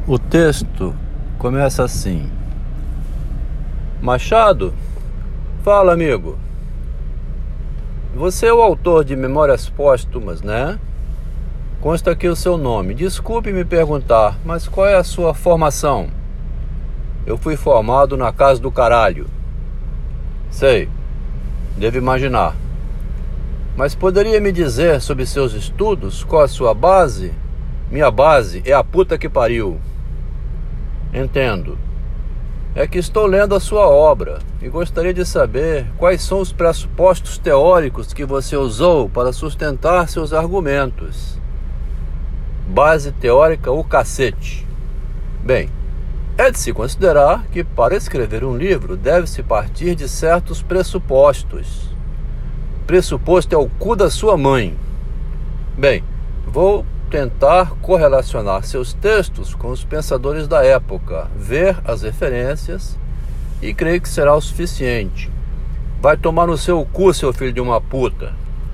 O texto começa assim: Machado, fala, amigo. Você é o autor de Memórias Póstumas, né? Consta aqui o seu nome. Desculpe me perguntar, mas qual é a sua formação? Eu fui formado na Casa do Caralho. Sei, devo imaginar. Mas poderia me dizer sobre seus estudos? Qual a sua base? Minha base é a puta que pariu. Entendo. É que estou lendo a sua obra e gostaria de saber quais são os pressupostos teóricos que você usou para sustentar seus argumentos. Base teórica o cacete. Bem, é de se considerar que para escrever um livro deve-se partir de certos pressupostos. Pressuposto é o cu da sua mãe. Bem, vou tentar correlacionar seus textos com os pensadores da época, ver as referências e creio que será o suficiente. Vai tomar no seu cu, seu filho de uma puta.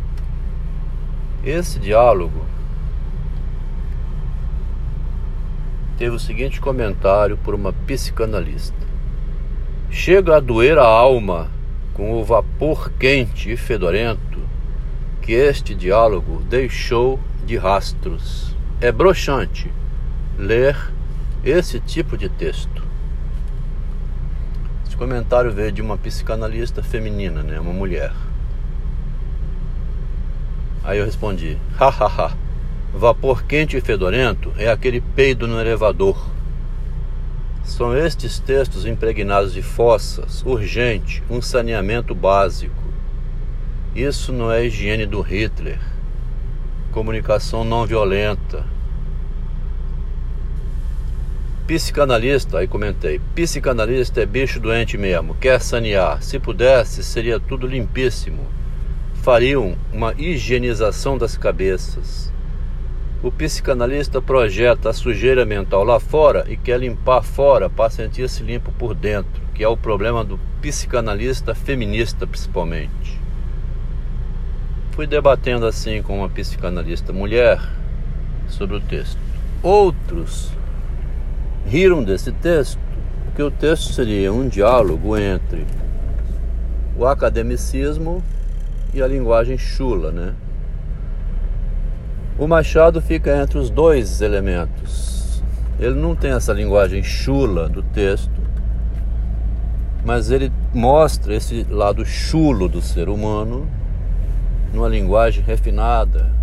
Esse diálogo teve o seguinte comentário por uma psicanalista: chega a doer a alma com o vapor quente e fedorento que este diálogo deixou de rastros. É broxante ler esse tipo de texto. Esse comentário veio de uma psicanalista feminina, né? Uma mulher. Aí eu respondi: hahaha, vapor quente e fedorento é aquele peido no elevador. São estes textos impregnados de fossas, urgente, um saneamento básico. Isso não é higiene do Hitler. Comunicação não violenta. Psicanalista, aí comentei, psicanalista é bicho doente mesmo, quer sanear. Se pudesse, seria tudo limpíssimo. Fariam uma higienização das cabeças. O psicanalista projeta a sujeira mental lá fora e quer limpar fora para sentir-se limpo por dentro, que é o problema do psicanalista feminista, principalmente. Fui debatendo assim com uma psicanalista mulher sobre o texto. Outros riram desse texto, porque o texto seria um diálogo entre o academicismo e a linguagem chula, né? O Machado fica entre os dois elementos. Ele não tem essa linguagem chula do texto, mas ele mostra esse lado chulo do ser humano numa linguagem refinada,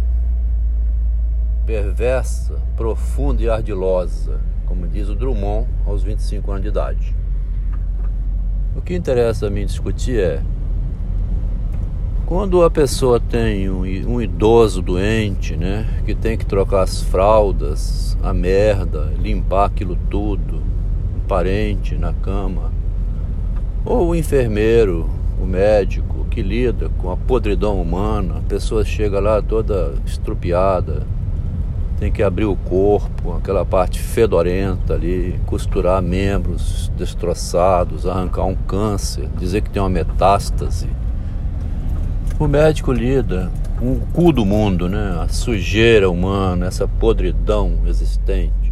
perversa, profunda e ardilosa, como diz o Drummond aos 25 anos de idade. O que interessa a mim discutir é: quando a pessoa tem um idoso doente, né, que tem que trocar as fraldas, a merda, limpar aquilo tudo, um parente na cama, ou o enfermeiro, o médico que lida com a podridão humana, a pessoa chega lá toda estrupiada, tem que abrir o corpo, aquela parte fedorenta ali, costurar membros destroçados, arrancar um câncer, dizer que tem uma metástase. O médico lida com o cu do mundo, né? A sujeira humana, essa podridão existente.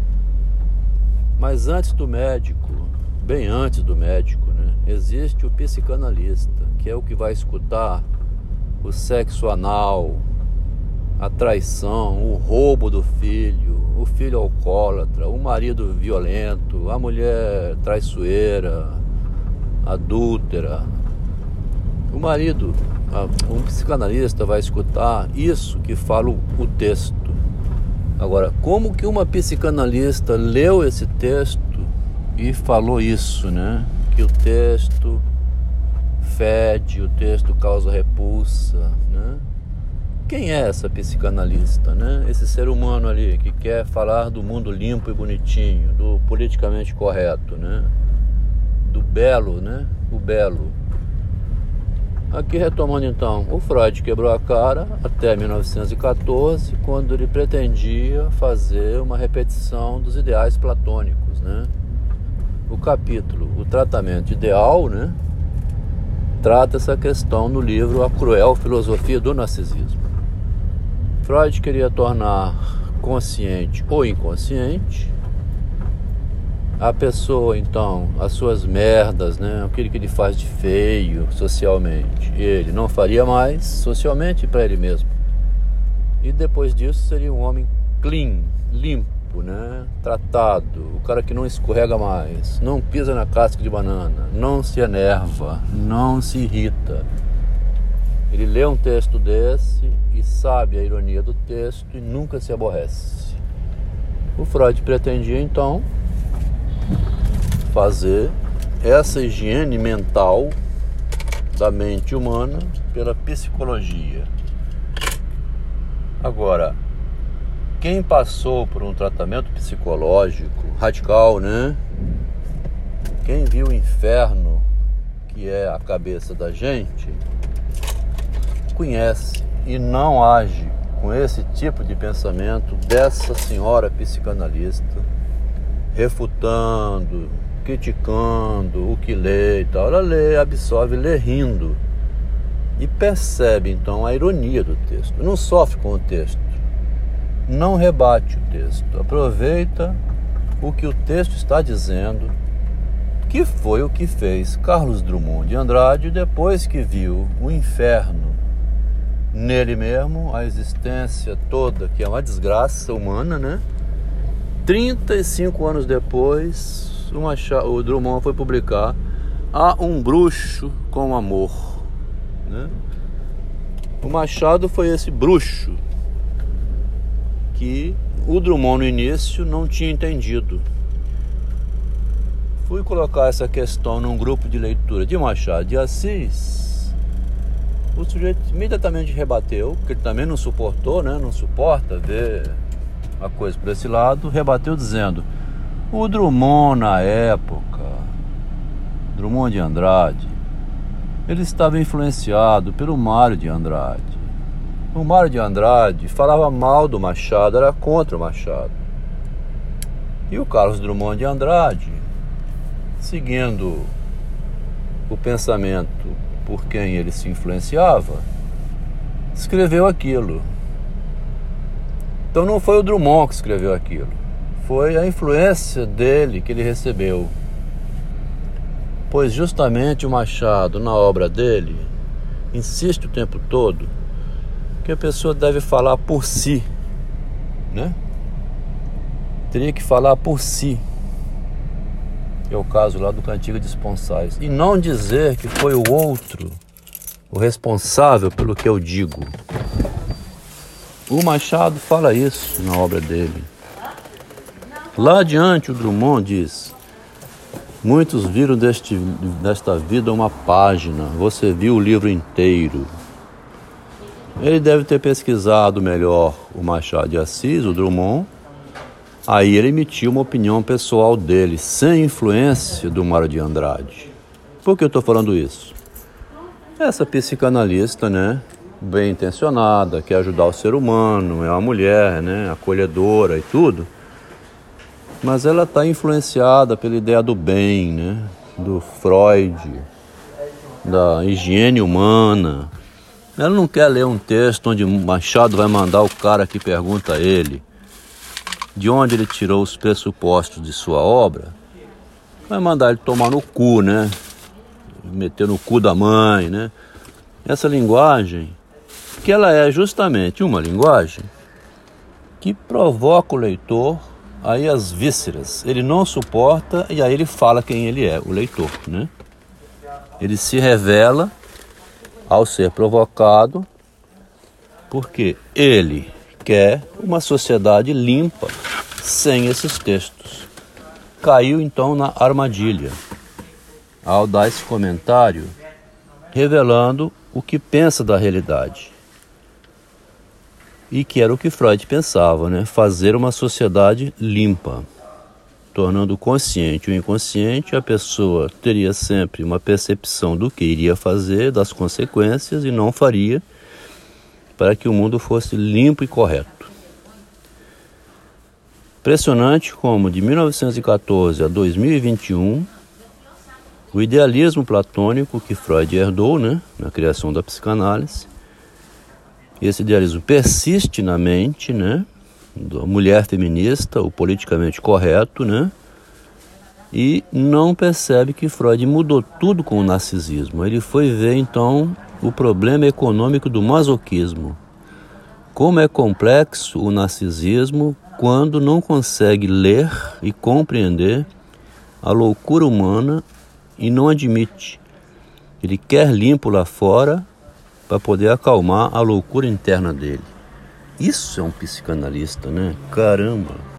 Mas antes do médico, bem antes do médico, né, existe o psicanalista, que é o que vai escutar o sexo anal, a traição, o roubo do filho, o filho alcoólatra, o marido violento, a mulher traiçoeira, adúltera. O marido, um psicanalista vai escutar isso que fala o texto. Agora, como que uma psicanalista leu esse texto e falou isso, né? Que o texto fede, o texto causa repulsa, né? Quem é essa psicanalista, né? Esse ser humano ali que quer falar do mundo limpo e bonitinho, do politicamente correto, né? Do belo, né? O belo. Aqui retomando então, o Freud quebrou a cara até 1914, quando ele pretendia fazer uma repetição dos ideais platônicos, né? O capítulo O Tratamento Ideal, né, trata essa questão no livro A Cruel Filosofia do Narcisismo. Freud queria tornar consciente ou inconsciente a pessoa, então, as suas merdas, né? Aquilo que ele faz de feio socialmente, ele não faria mais socialmente para ele mesmo. E depois disso seria um homem clean, limpo, né? Tratado, o cara que não escorrega mais, não pisa na casca de banana, não se enerva, não se irrita. Ele lê um texto desse e sabe a ironia do texto e nunca se aborrece. O Freud pretendia, então, fazer essa higiene mental da mente humana pela psicologia. Agora, quem passou por um tratamento psicológico radical, né? Quem viu o inferno que é a cabeça da gente, conhece e não age com esse tipo de pensamento dessa senhora psicanalista, refutando, criticando o que lê e tal. Ela lê, absorve, lê rindo e percebe então a ironia do texto. Não sofre com o texto, não rebate o texto, aproveita o que o texto está dizendo, que foi o que fez Carlos Drummond de Andrade depois que viu o inferno nele mesmo, a existência toda, que é uma desgraça humana, né? 35 anos depois, o Drummond foi publicar Há um Bruxo com Amor, né? O Machado foi esse bruxo que o Drummond no início não tinha entendido. Fui colocar essa questão num grupo de leitura de Machado de Assis. O sujeito imediatamente rebateu, porque ele também não suportou, né? Não suporta ver a coisa por esse lado. Rebateu dizendo: o Drummond na época, Drummond de Andrade, ele estava influenciado pelo Mário de Andrade. O Mário de Andrade falava mal do Machado, era contra o Machado. E o Carlos Drummond de Andrade, seguindo o pensamento por quem ele se influenciava, escreveu aquilo. Então não foi o Drummond que escreveu aquilo, foi a influência dele que ele recebeu. Pois justamente o Machado, na obra dele, insiste o tempo todo que a pessoa deve falar por si, né? Teria que falar por si. É o caso lá do Cantiga de Esponsais. E não dizer que foi o outro o responsável pelo que eu digo. O Machado fala isso na obra dele. Lá adiante o Drummond diz: muitos viram desta vida uma página, você viu o livro inteiro. Ele deve ter pesquisado melhor o Machado de Assis, o Drummond. Aí ele emitiu uma opinião pessoal dele, sem influência do Mário de Andrade. Por que eu estou falando isso? Essa psicanalista, né, bem intencionada, quer ajudar o ser humano, é uma mulher, né, acolhedora e tudo, mas ela está influenciada pela ideia do bem, né, do Freud, da higiene humana. Ela não quer ler um texto onde Machado vai mandar o cara que pergunta a ele de onde ele tirou os pressupostos de sua obra, vai mandar ele tomar no cu, né? Meter no cu da mãe, né? Essa linguagem, que ela é justamente uma linguagem que provoca o leitor aí as vísceras. Ele não suporta e aí ele fala quem ele é, o leitor, né? Ele se revela ao ser provocado, porque ele quer uma sociedade limpa, sem esses textos. Caiu então na armadilha, ao dar esse comentário, revelando o que pensa da realidade. E que era o que Freud pensava, né? Fazer uma sociedade limpa, tornando consciente o inconsciente. A pessoa teria sempre uma percepção do que iria fazer, das consequências, e não faria, para que o mundo fosse limpo e correto. Impressionante como de 1914 a 2021, o idealismo platônico que Freud herdou, né, na criação da psicanálise, esse idealismo persiste na mente, né, da mulher feminista, o politicamente correto, né, e não percebe que Freud mudou tudo com o narcisismo. Ele foi ver então o problema econômico do masoquismo. Como é complexo o narcisismo quando não consegue ler e compreender a loucura humana e não admite. Ele quer limpo lá fora para poder acalmar a loucura interna dele. Isso é um psicanalista, né? Caramba!